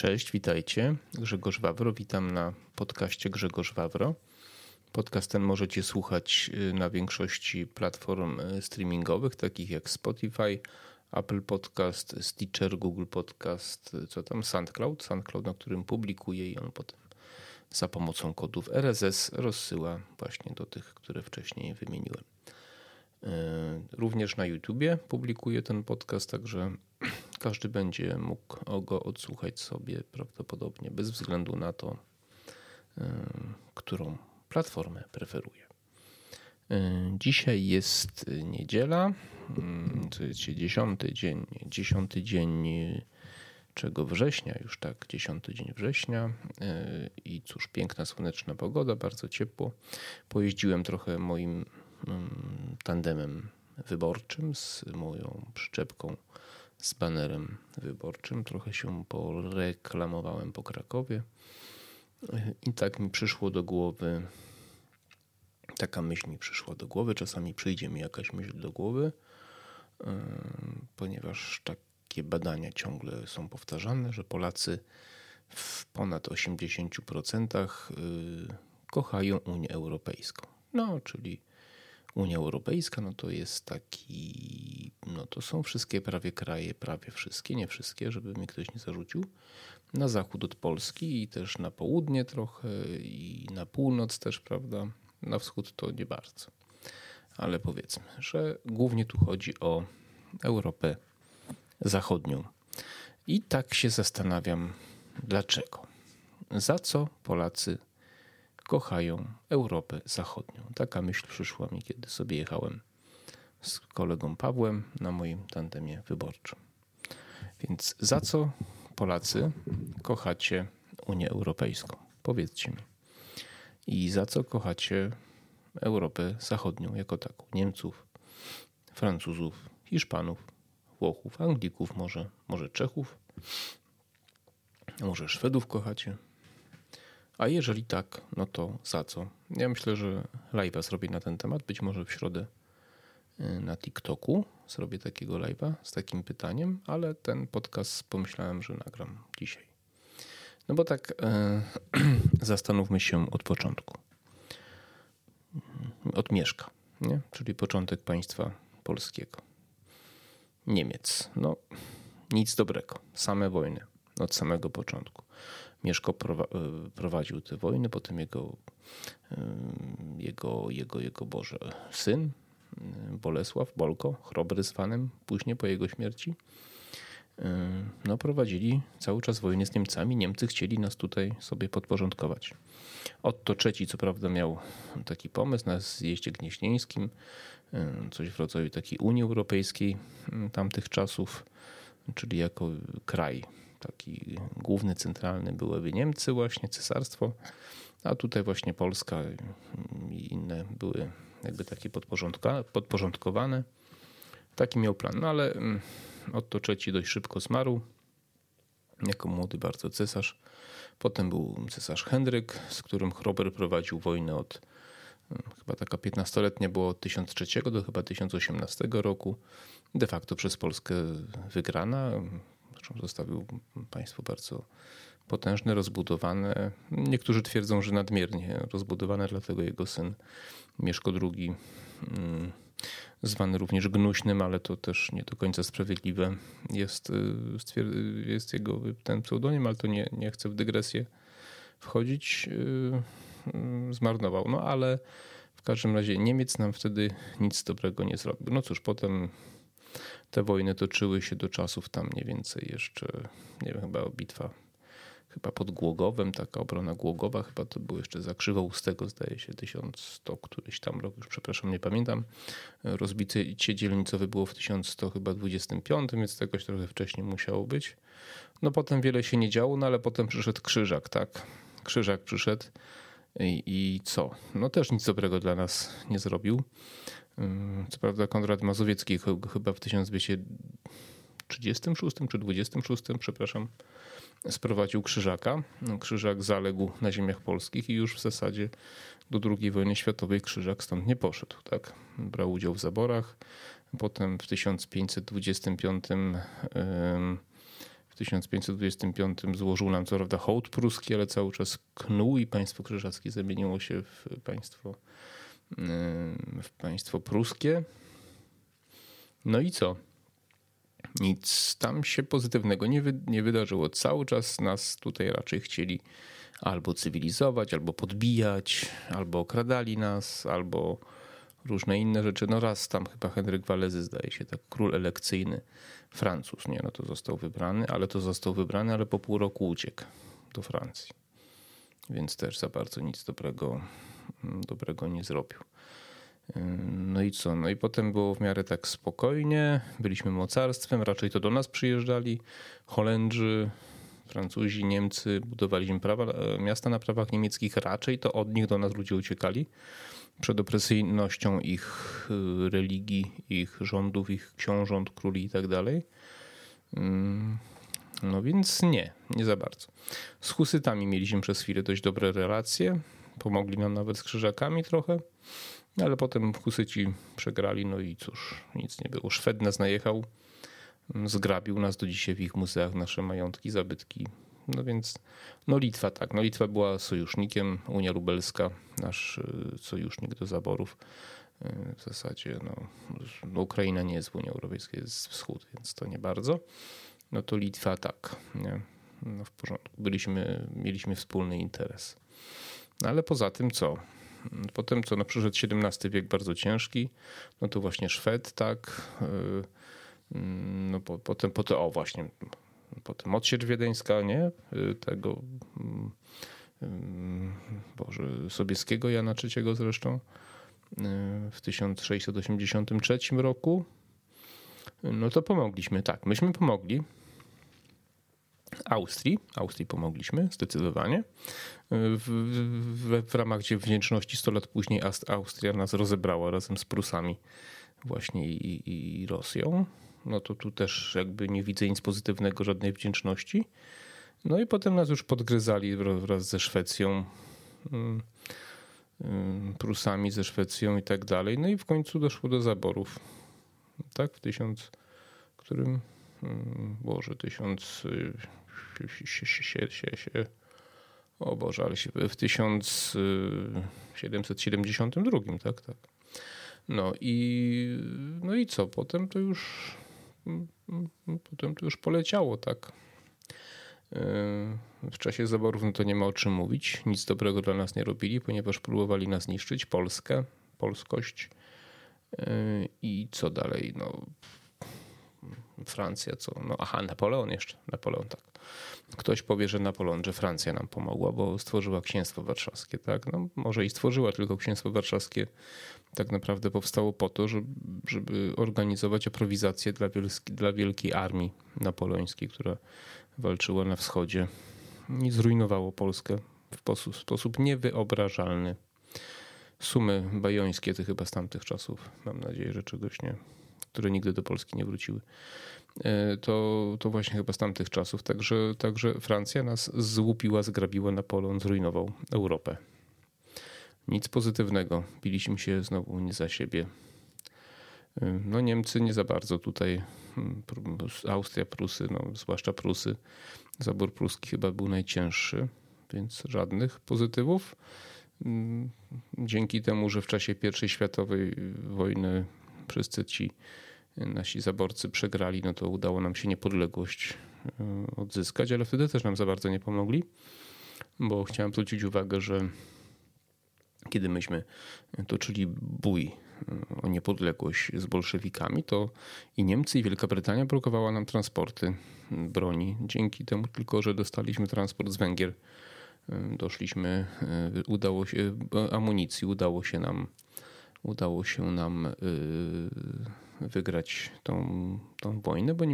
Cześć, witajcie. Grzegorz Wawro, witam na podcaście Grzegorz Wawro. Podcast ten możecie słuchać na większości platform streamingowych, takich jak Spotify, Apple Podcast, Stitcher, Google Podcast, SoundCloud, na którym publikuję i on potem za pomocą kodów RSS rozsyła właśnie do tych, które wcześniej wymieniłem. Również na YouTubie publikuję ten podcast, także każdy będzie mógł go odsłuchać sobie prawdopodobnie bez względu na to, którą platformę preferuje. Dzisiaj jest niedziela, to jest 10 dzień września, już tak, 10 dzień września i cóż, piękna, słoneczna pogoda, bardzo ciepło. Pojeździłem trochę moim tandemem wyborczym z moją przyczepką z banerem wyborczym. Trochę się poreklamowałem po Krakowie i tak mi przyszło do głowy, taka myśl mi przyszła do głowy, czasami przyjdzie mi jakaś myśl do głowy, ponieważ takie badania ciągle są powtarzane, że Polacy w ponad 80% kochają Unię Europejską. No, czyli Unia Europejska, no to jest taki, no to są wszystkie prawie kraje, prawie wszystkie, nie wszystkie, żeby mi ktoś nie zarzucił, na zachód od Polski i też na południe trochę i na północ też, prawda, na wschód to nie bardzo. Ale powiedzmy, że głównie tu chodzi o Europę Zachodnią. I tak się zastanawiam, dlaczego. Za co Polacy kochają Europę Zachodnią. Taka myśl przyszła mi, kiedy sobie jechałem z kolegą Pawłem na moim tandemie wyborczym. Więc za co Polacy kochacie Unię Europejską? Powiedzcie mi. I za co kochacie Europę Zachodnią jako taką? Niemców, Francuzów, Hiszpanów, Włochów, Anglików, może Czechów, może Szwedów kochacie? A jeżeli tak, no to za co? Ja myślę, że live'a zrobię na ten temat. Być może w środę na TikToku zrobię takiego live'a z takim pytaniem, ale ten podcast pomyślałem, że nagram dzisiaj. No bo tak zastanówmy się od początku. Od Mieszka, nie? Czyli początek państwa polskiego. Niemiec. No nic dobrego. Same wojny od samego początku. Mieszko prowadził te wojny, potem jego syn Bolesław, Bolko, chrobry z fanem, później po jego śmierci, no prowadzili cały czas wojny z Niemcami. Niemcy chcieli nas tutaj sobie podporządkować. Otto III, co prawda, miał taki pomysł na zjeździe gnieźnieńskim, coś w rodzaju takiej Unii Europejskiej tamtych czasów, czyli jako kraj taki główny, centralny byłyby Niemcy właśnie, cesarstwo, a tutaj właśnie Polska i inne były jakby takie podporządkowane. Taki miał plan, no ale Otto III dość szybko zmarł, jako młody bardzo cesarz. Potem był cesarz Henryk, z którym Chrober prowadził wojnę od, chyba taka 15-letnia była od 1003 do chyba 1018 roku. De facto przez Polskę wygrana. Zostawił państwo bardzo potężne, rozbudowane. Niektórzy twierdzą, że nadmiernie rozbudowane, dlatego jego syn Mieszko II, zwany również Gnuśnym, ale to też nie do końca sprawiedliwe, jest jego ten pseudonim, ale to nie chcę w dygresję wchodzić, zmarnował. No ale w każdym razie Niemiec nam wtedy nic dobrego nie zrobił. No cóż, potem te wojny toczyły się do czasów tam mniej więcej jeszcze, nie wiem, chyba bitwa chyba pod Głogowem, taka obrona Głogowa, chyba to było jeszcze za Krzywoustego, zdaje się, 1100 któryś tam rok, już przepraszam, nie pamiętam. Rozbicie dzielnicowe było w 1125, więc to jakoś trochę wcześniej musiało być. No potem wiele się nie działo, no ale potem przyszedł Krzyżak, tak. Krzyżak przyszedł i co? No też nic dobrego dla nas nie zrobił. Co prawda Konrad Mazowiecki chyba w 1236 czy 26, przepraszam, sprowadził Krzyżaka. Krzyżak zaległ na ziemiach polskich i już w zasadzie do II wojny światowej Krzyżak stąd nie poszedł. Tak? Brał udział w zaborach. Potem w 1525 w 1525 złożył nam co prawda hołd pruski, ale cały czas knuł i państwo krzyżackie zamieniło się w państwo pruskie. No i co? Nic tam się pozytywnego nie wydarzyło. Cały czas nas tutaj raczej chcieli albo cywilizować, albo podbijać, albo okradali nas, albo różne inne rzeczy. No raz tam chyba Henryk Walezy, zdaje się, tak król elekcyjny, Francuz, nie, no to został wybrany, ale po pół roku uciekł do Francji. Więc też za bardzo nic dobrego nie zrobił. No i co? No i potem było w miarę tak spokojnie. Byliśmy mocarstwem, raczej to do nas przyjeżdżali Holendrzy, Francuzi, Niemcy, budowaliśmy miasta na prawach niemieckich, raczej to od nich do nas ludzie uciekali przed opresyjnością ich religii, ich rządów, ich książąt, króli i tak dalej. No więc nie za bardzo. Z Husytami mieliśmy przez chwilę dość dobre relacje. Pomogli nam nawet z krzyżakami trochę, ale potem Husyci przegrali, no i cóż, nic nie było. Szwed nas najechał, zgrabił nas, do dzisiaj w ich muzeach nasze majątki, zabytki. No więc, Litwa tak. Litwa była sojusznikiem, Unia Lubelska, nasz sojusznik do zaborów. W zasadzie Ukraina nie jest w Unii Europejskiej, jest wschód, więc to nie bardzo. No to Litwa tak, nie? No w porządku. Mieliśmy wspólny interes. No ale poza tym co? Potem co? Przyszedł XVII wiek bardzo ciężki. No to właśnie Szwed, tak. No potem odsiecz wiedeńska, nie? Tego Sobieskiego, Jana III zresztą w 1683 roku. No to pomogliśmy, tak. Myśmy pomogli Austrii pomogliśmy zdecydowanie. W ramach wdzięczności 100 lat później Austria nas rozebrała razem z Prusami właśnie i Rosją. No to tu też jakby nie widzę nic pozytywnego, żadnej wdzięczności. No i potem nas już podgryzali wraz ze Szwecją, Prusami, ze Szwecją i tak dalej. No i w końcu doszło do zaborów. Tak, w 1772, tak. No i co? Potem to już poleciało, tak. W czasie zaborów to nie ma o czym mówić. Nic dobrego dla nas nie robili, ponieważ próbowali nas niszczyć, polskość. I co dalej? Francja, co? Napoleon, tak. Ktoś powie, że Francja nam pomogła, bo stworzyła Księstwo Warszawskie, tak? Może i stworzyła, tylko Księstwo Warszawskie tak naprawdę powstało po to, żeby organizować aprowizację dla wielkiej armii napoleońskiej, która walczyła na wschodzie i zrujnowało Polskę w sposób niewyobrażalny. Sumy bajońskie to chyba z tamtych czasów, mam nadzieję, że czegoś nie, które nigdy do Polski nie wróciły. To właśnie chyba z tamtych czasów. Także Francja nas złupiła, zgrabiła, Napoleon zrujnował Europę. Nic pozytywnego. Biliśmy się znowu nie za siebie. Niemcy nie za bardzo tutaj. Austria, Prusy, zwłaszcza Prusy. Zabór pruski chyba był najcięższy, więc żadnych pozytywów. Dzięki temu, że w czasie I światowej wojny wszyscy ci nasi zaborcy przegrali, no to udało nam się niepodległość odzyskać, ale wtedy też nam za bardzo nie pomogli, bo chciałem zwrócić uwagę, że kiedy myśmy toczyli bój o niepodległość z bolszewikami, to i Niemcy, i Wielka Brytania blokowała nam transporty broni. Dzięki temu tylko, że dostaliśmy transport z Węgier, amunicji, udało się nam wygrać tą wojnę, bo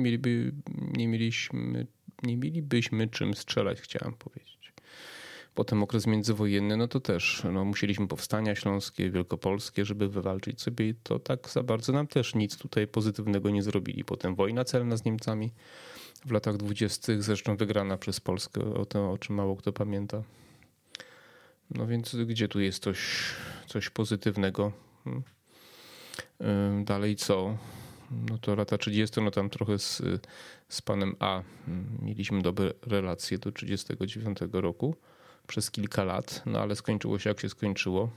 nie mielibyśmy czym strzelać, chciałem powiedzieć. Potem okres międzywojenny, no to też musieliśmy powstania śląskie, wielkopolskie, żeby wywalczyć sobie i to tak za bardzo nam też nic tutaj pozytywnego nie zrobili. Potem wojna celna z Niemcami w latach 20., zresztą wygrana przez Polskę, o czym mało kto pamięta. No więc gdzie tu jest coś pozytywnego? Dalej co? no to lata 30, no tam trochę z panem A mieliśmy dobre relacje do 39 roku przez kilka lat, no ale skończyło się jak się skończyło.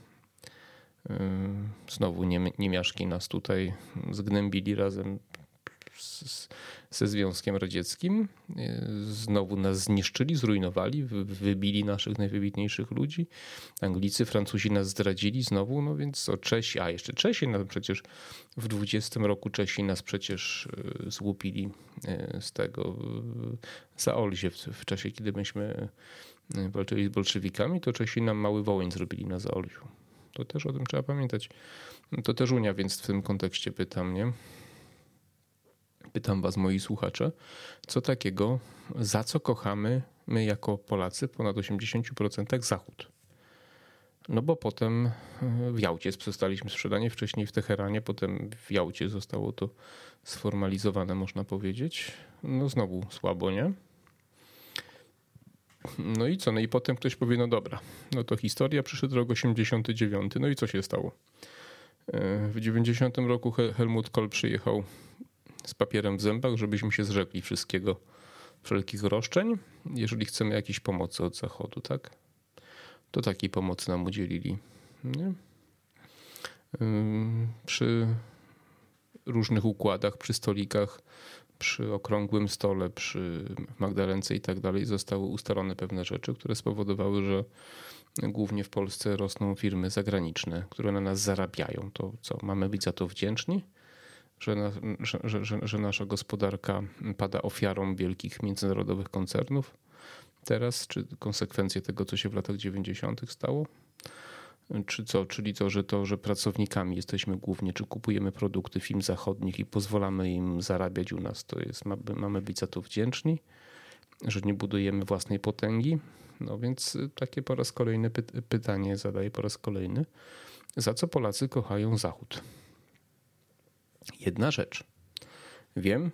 Znowu niemiaszki nas tutaj zgnębili razem ze Związkiem Radzieckim. Znowu nas zniszczyli, zrujnowali, wybili naszych najwybitniejszych ludzi. Anglicy, Francuzi nas zdradzili znowu, no więc Czesi, a jeszcze Czesi, no przecież w 20 roku Czesi nas przecież złupili z tego Zaolzie w czasie, kiedy myśmy walczyli z bolszewikami, to Czesi nam mały Wołyń zrobili na Zaolziu. To też o tym trzeba pamiętać. To też Unia, więc w tym kontekście pytam, nie? Pytam was, moi słuchacze, co takiego, za co kochamy my jako Polacy ponad 80% Zachód? No bo potem w Jałcie przestaliśmy sprzedanie, wcześniej w Teheranie, potem w Jałcie zostało to sformalizowane, można powiedzieć. No znowu słabo, nie? No i co? No i potem ktoś powie, no dobra, no to historia, przyszedł rok 89, no i co się stało? W 90 roku Helmut Kohl przyjechał z papierem w zębach, żebyśmy się zrzekli wszystkiego, wszelkich roszczeń, jeżeli chcemy jakiejś pomocy od Zachodu, tak? To takiej pomocy nam udzielili. Nie? Przy różnych układach, przy stolikach, przy okrągłym stole, przy Magdalence i tak dalej zostały ustalone pewne rzeczy, które spowodowały, że głównie w Polsce rosną firmy zagraniczne, które na nas zarabiają. To co, mamy być za to wdzięczni? Że nasza gospodarka pada ofiarą wielkich międzynarodowych koncernów teraz, czy konsekwencje tego, co się w latach 90. stało? Czy co, czyli że pracownikami jesteśmy głównie, czy kupujemy produkty firm zachodnich i pozwalamy im zarabiać u nas, to jest, mamy być za to wdzięczni, że nie budujemy własnej potęgi? No więc takie po raz kolejny pytanie zadaję po raz kolejny. Za co Polacy kochają Zachód? Jedna rzecz. Wiem.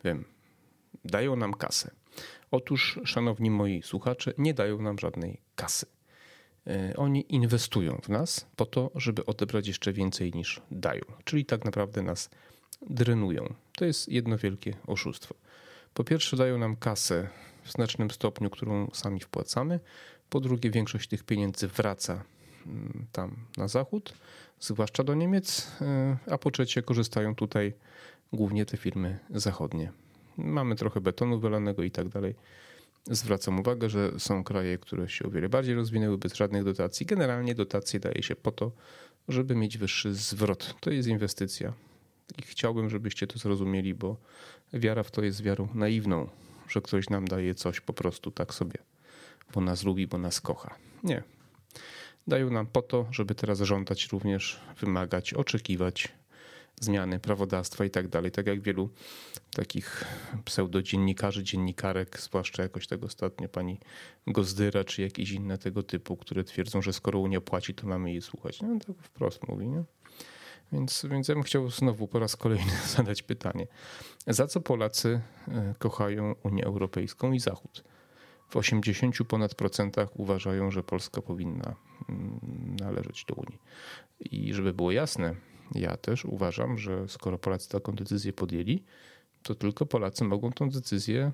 Dają nam kasę. Otóż, szanowni moi słuchacze, nie dają nam żadnej kasy. Oni inwestują w nas po to, żeby odebrać jeszcze więcej niż dają. Czyli tak naprawdę nas drenują. To jest jedno wielkie oszustwo. Po pierwsze dają nam kasę w znacznym stopniu, którą sami wpłacamy. Po drugie większość tych pieniędzy wraca tam na Zachód, zwłaszcza do Niemiec, a po trzecie korzystają tutaj głównie te firmy zachodnie. Mamy trochę betonu wylanego i tak dalej. Zwracam uwagę, że są kraje, które się o wiele bardziej rozwinęły bez żadnych dotacji. Generalnie dotacje daje się po to, żeby mieć wyższy zwrot. To jest inwestycja. I chciałbym, żebyście to zrozumieli, bo wiara w to jest wiarą naiwną, że ktoś nam daje coś po prostu tak sobie, bo nas lubi, bo nas kocha. Nie. Dają nam po to, żeby teraz żądać również, wymagać, oczekiwać zmiany prawodawstwa i tak dalej. Tak jak wielu takich pseudodziennikarzy, dziennikarek, zwłaszcza jakoś tak ostatnio pani Gozdyra, czy jakieś inne tego typu, które twierdzą, że skoro Unia płaci, to mamy jej słuchać. No tak wprost mówi, nie? Więc ja bym chciał znowu po raz kolejny zadać pytanie. Za co Polacy kochają Unię Europejską i Zachód? W 80 ponad procentach uważają, że Polska powinna należeć do Unii. I żeby było jasne, ja też uważam, że skoro Polacy taką decyzję podjęli, to tylko Polacy mogą tą decyzję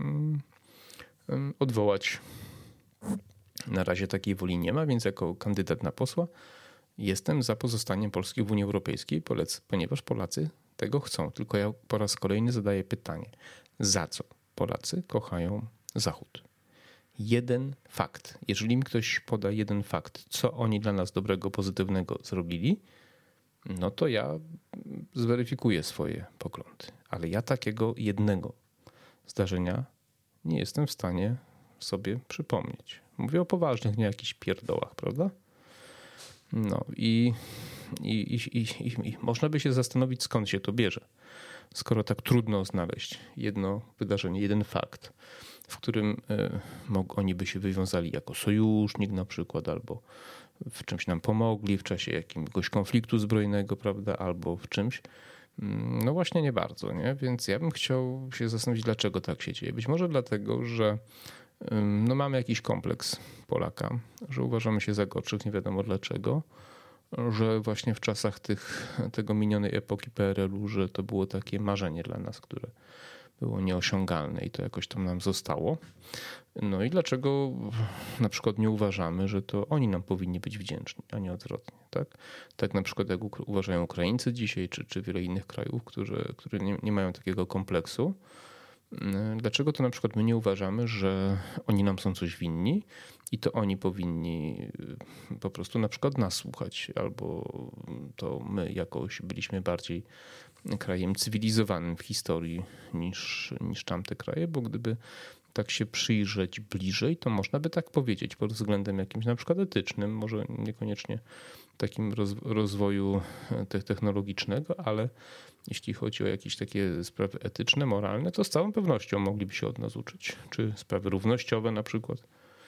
odwołać. Na razie takiej woli nie ma, więc jako kandydat na posła jestem za pozostaniem Polski w Unii Europejskiej, ponieważ Polacy tego chcą. Tylko ja po raz kolejny zadaję pytanie. Za co Polacy kochają Zachód? Jeden fakt. Jeżeli mi ktoś poda jeden fakt, co oni dla nas dobrego, pozytywnego zrobili, no to ja zweryfikuję swoje poglądy. Ale ja takiego jednego zdarzenia nie jestem w stanie sobie przypomnieć. Mówię o poważnych, nie jakichś pierdołach, prawda? No i można by się zastanowić, skąd się to bierze. Skoro tak trudno znaleźć jedno wydarzenie, jeden fakt, w którym oni by się wywiązali jako sojusznik na przykład, albo w czymś nam pomogli w czasie jakiegoś konfliktu zbrojnego, prawda, albo w czymś. No właśnie nie bardzo, nie? Więc ja bym chciał się zastanowić, dlaczego tak się dzieje. Być może dlatego, że no mamy jakiś kompleks Polaka, że uważamy się za gorszych, nie wiadomo dlaczego. że właśnie w czasach tego minionej epoki PRL-u, że to było takie marzenie dla nas, które było nieosiągalne i to jakoś tam nam zostało. No i dlaczego na przykład nie uważamy, że to oni nam powinni być wdzięczni, a nie odwrotnie, tak? Tak na przykład jak uważają Ukraińcy dzisiaj, czy wiele innych krajów, które nie mają takiego kompleksu. Dlaczego to na przykład my nie uważamy, że oni nam są coś winni i to oni powinni po prostu na przykład nas słuchać, albo to my jakoś byliśmy bardziej krajem cywilizowanym w historii niż tamte kraje, bo gdyby tak się przyjrzeć bliżej, to można by tak powiedzieć pod względem jakimś na przykład etycznym, może niekoniecznie takim rozwoju technologicznego, ale jeśli chodzi o jakieś takie sprawy etyczne, moralne, to z całą pewnością mogliby się od nas uczyć. Czy sprawy równościowe na przykład.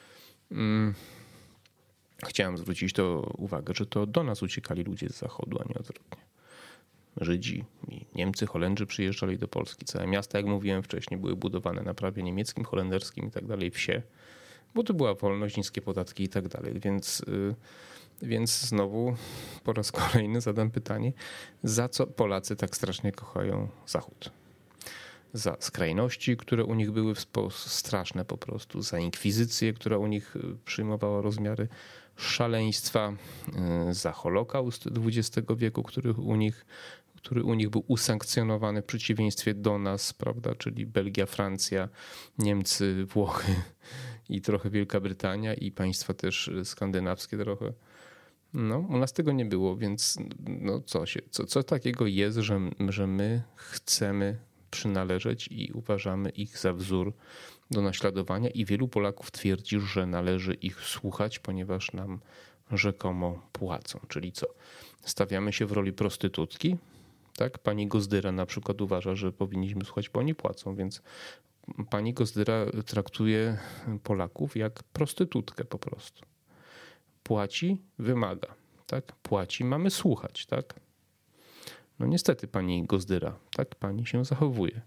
Chciałem zwrócić to uwagę, że to do nas uciekali ludzie z zachodu, a nie odwrotnie. Żydzi, Niemcy, Holendrzy przyjeżdżali do Polski. Całe miasta, jak mówiłem wcześniej, były budowane na prawie niemieckim, holenderskim i tak dalej, wsie, bo to była wolność, niskie podatki i tak dalej. Więc znowu po raz kolejny zadam pytanie, za co Polacy tak strasznie kochają Zachód? Za skrajności, które u nich były straszne po prostu, za inkwizycję, która u nich przyjmowała rozmiary szaleństwa, za Holokaust XX wieku, który u nich był usankcjonowany w przeciwieństwie do nas, prawda, czyli Belgia, Francja, Niemcy, Włochy i trochę Wielka Brytania i państwa też skandynawskie trochę. No, u nas tego nie było, więc no co takiego jest, że my chcemy przynależeć i uważamy ich za wzór do naśladowania i wielu Polaków twierdzi, że należy ich słuchać, ponieważ nam rzekomo płacą. Czyli co? Stawiamy się w roli prostytutki? Tak? Pani Gozdyra na przykład uważa, że powinniśmy słuchać, bo oni płacą, więc pani Gozdyra traktuje Polaków jak prostytutkę po prostu. Płaci, wymaga. Tak? Płaci, mamy słuchać. Tak? No niestety pani Gozdyra, tak pani się zachowuje.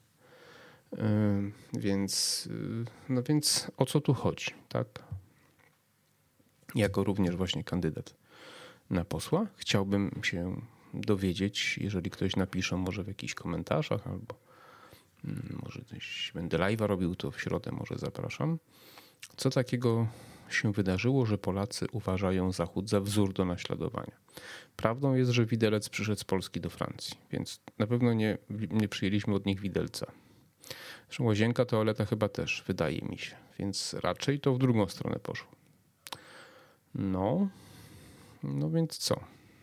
Więc o co tu chodzi? Tak? Jako również właśnie kandydat na posła chciałbym się dowiedzieć, jeżeli ktoś napisze może w jakichś komentarzach albo może coś będę live'a robił, to w środę może zapraszam. Co takiego się wydarzyło, że Polacy uważają Zachód za wzór do naśladowania? Prawdą jest, że widelec przyszedł z Polski do Francji, więc na pewno nie przyjęliśmy od nich widelca. Zresztą łazienka, toaleta chyba też, wydaje mi się, więc raczej to w drugą stronę poszło. No więc co?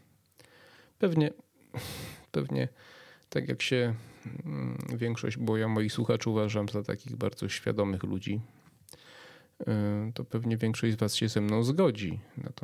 Pewnie tak jak się większość, bo ja moich słuchaczy uważam za takich bardzo świadomych ludzi, to pewnie większość z was się ze mną zgodzi.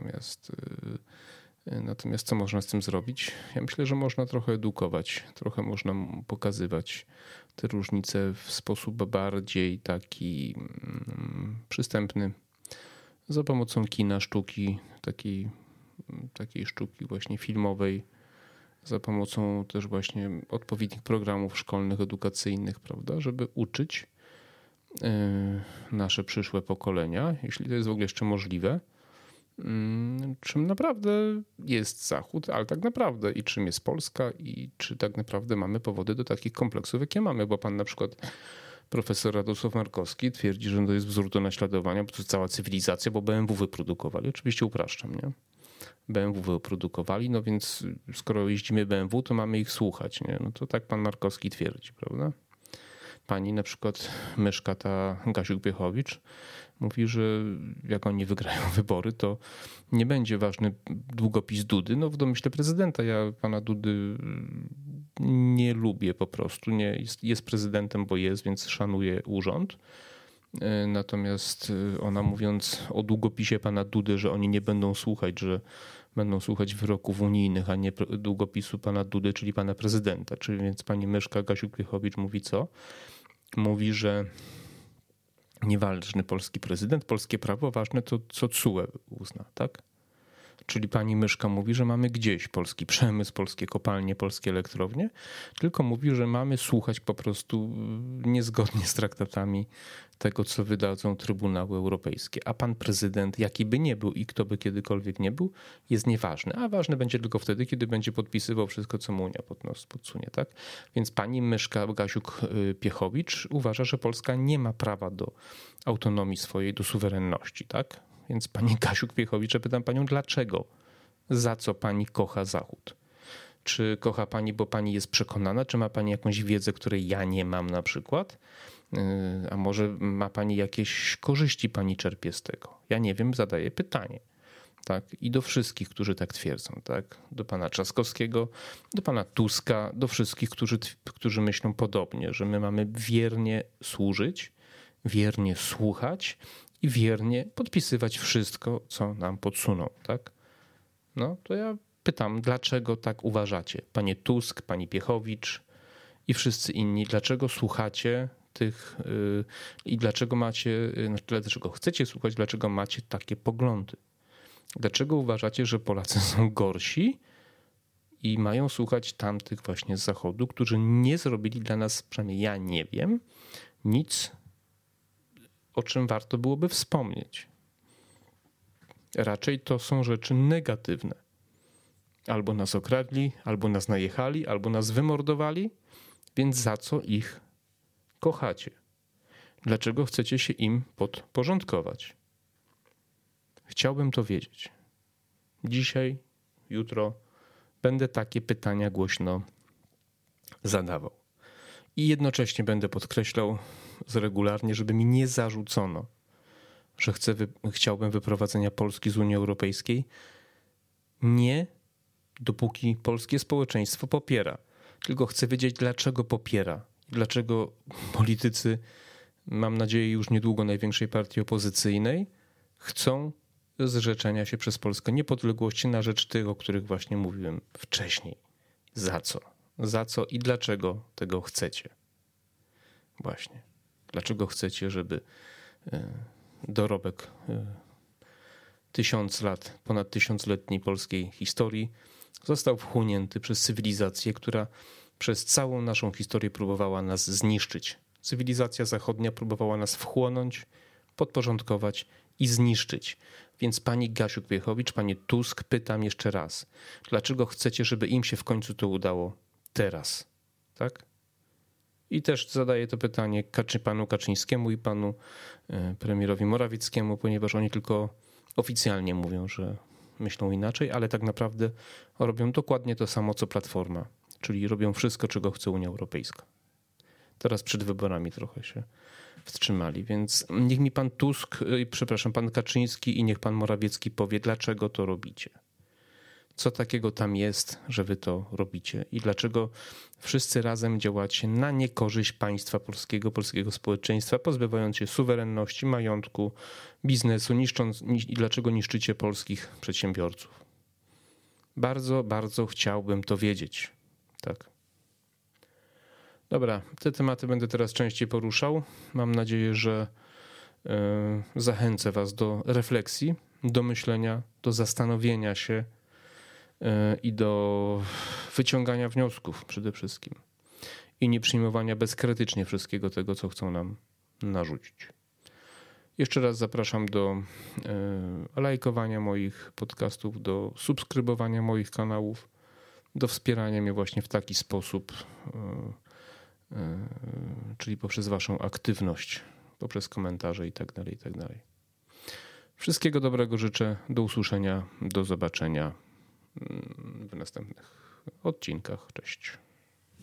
Natomiast co można z tym zrobić? Ja myślę, że można trochę edukować, trochę można pokazywać te różnice w sposób bardziej taki przystępny za pomocą kina, sztuki, takiej sztuki właśnie filmowej, za pomocą też właśnie odpowiednich programów szkolnych, edukacyjnych, prawda, żeby uczyć nasze przyszłe pokolenia, jeśli to jest w ogóle jeszcze możliwe, czym naprawdę jest Zachód, ale tak naprawdę i czym jest Polska i czy tak naprawdę mamy powody do takich kompleksów, jakie mamy, bo pan na przykład profesor Radosław Markowski twierdzi, że to jest wzór do naśladowania, bo to jest cała cywilizacja, bo BMW wyprodukowali. Oczywiście upraszczam, nie? BMW wyprodukowali, no więc skoro jeździmy BMW, to mamy ich słuchać, nie? No to tak pan Markowski twierdzi, prawda? Pani na przykład Myszka, ta Gasiuk-Piechowicz, mówi, że jak oni wygrają wybory, to nie będzie ważny długopis Dudy. No w domyśle prezydenta. Ja pana Dudy nie lubię po prostu. Nie, jest prezydentem, bo jest, więc szanuję urząd. Natomiast ona mówiąc o długopisie pana Dudy, że oni nie będą słuchać, że będą słuchać wyroków unijnych, a nie długopisu pana Dudy, czyli pana prezydenta. Czyli więc pani Myszka Gasiuk-Piechowicz mówi co? Mówi, że nieważny polski prezydent, polskie prawo, ważne to co TSUE uzna, tak? Czyli pani Myszka mówi, że mamy gdzieś polski przemysł, polskie kopalnie, polskie elektrownie, tylko mówi, że mamy słuchać po prostu niezgodnie z traktatami tego, co wydadzą Trybunały Europejskie. A pan prezydent, jaki by nie był i kto by kiedykolwiek nie był, jest nieważny. A ważny będzie tylko wtedy, kiedy będzie podpisywał wszystko, co mu Unia pod nos podsunie. Tak? Więc pani Myszka Gasiuk-Piechowicz uważa, że Polska nie ma prawa do autonomii swojej, do suwerenności. Tak? Więc pani Gasiuk-Piechowicz, pytam panią, dlaczego? Za co pani kocha Zachód? Czy kocha pani, bo pani jest przekonana? Czy ma pani jakąś wiedzę, której ja nie mam na przykład? A może ma pani jakieś korzyści, pani czerpie z tego? Ja nie wiem, zadaję pytanie. Tak? I do wszystkich, którzy tak twierdzą. Tak? Do pana Trzaskowskiego, do pana Tuska, do wszystkich, którzy myślą podobnie, że my mamy wiernie służyć, wiernie słuchać i wiernie podpisywać wszystko, co nam podsuną. Tak? No to ja pytam, dlaczego tak uważacie? Panie Tusk, pani Piechowicz i wszyscy inni, dlaczego słuchacie tych i dlaczego chcecie słuchać, dlaczego macie takie poglądy? Dlaczego uważacie, że Polacy są gorsi i mają słuchać tamtych właśnie z Zachodu, którzy nie zrobili dla nas, przynajmniej ja nie wiem, nic, o czym warto byłoby wspomnieć? Raczej to są rzeczy negatywne. Albo nas okradli, albo nas najechali, albo nas wymordowali, więc za co ich kochacie? Dlaczego chcecie się im podporządkować? Chciałbym to wiedzieć. Dzisiaj, jutro będę takie pytania głośno zadawał. I jednocześnie będę podkreślał regularnie, żeby mi nie zarzucono, że chciałbym wyprowadzenia Polski z Unii Europejskiej. Nie, dopóki polskie społeczeństwo popiera. Tylko chcę wiedzieć, dlaczego popiera. Dlaczego politycy, mam nadzieję już niedługo największej partii opozycyjnej, chcą zrzeczenia się przez Polskę niepodległości na rzecz tych, o których właśnie mówiłem wcześniej. Za co? Za co i dlaczego tego chcecie? Właśnie. Dlaczego chcecie, żeby dorobek 1000 lat, ponad 1000-letniej polskiej historii został wchłonięty przez cywilizację, która przez całą naszą historię próbowała nas zniszczyć. Cywilizacja zachodnia próbowała nas wchłonąć, podporządkować i zniszczyć. Więc pani Gasiuk-Piechowicz, panie Tusk, pytam jeszcze raz. Dlaczego chcecie, żeby im się w końcu to udało teraz? Tak? I też zadaję to pytanie panu Kaczyńskiemu i panu premierowi Morawieckiemu, ponieważ oni tylko oficjalnie mówią, że myślą inaczej, ale tak naprawdę robią dokładnie to samo, co Platforma. Czyli robią wszystko, czego chce Unia Europejska. Teraz przed wyborami trochę się wstrzymali, więc niech mi pan Tusk, pan Kaczyński i niech pan Morawiecki powie, dlaczego to robicie. Co takiego tam jest, że wy to robicie i dlaczego wszyscy razem działacie na niekorzyść państwa polskiego, polskiego społeczeństwa, pozbywając się suwerenności, majątku, biznesu, i dlaczego niszczycie polskich przedsiębiorców. Bardzo, bardzo chciałbym to wiedzieć. Tak. Dobra, te tematy będę teraz częściej poruszał. Mam nadzieję, że zachęcę was do refleksji, do myślenia, do zastanowienia się i do wyciągania wniosków przede wszystkim. I nie przyjmowania bezkrytycznie wszystkiego tego, co chcą nam narzucić. Jeszcze raz zapraszam do lajkowania moich podcastów, do subskrybowania moich kanałów, do wspierania mnie właśnie w taki sposób, czyli poprzez waszą aktywność, poprzez komentarze itd. Wszystkiego dobrego życzę, do usłyszenia, do zobaczenia w następnych odcinkach. Cześć.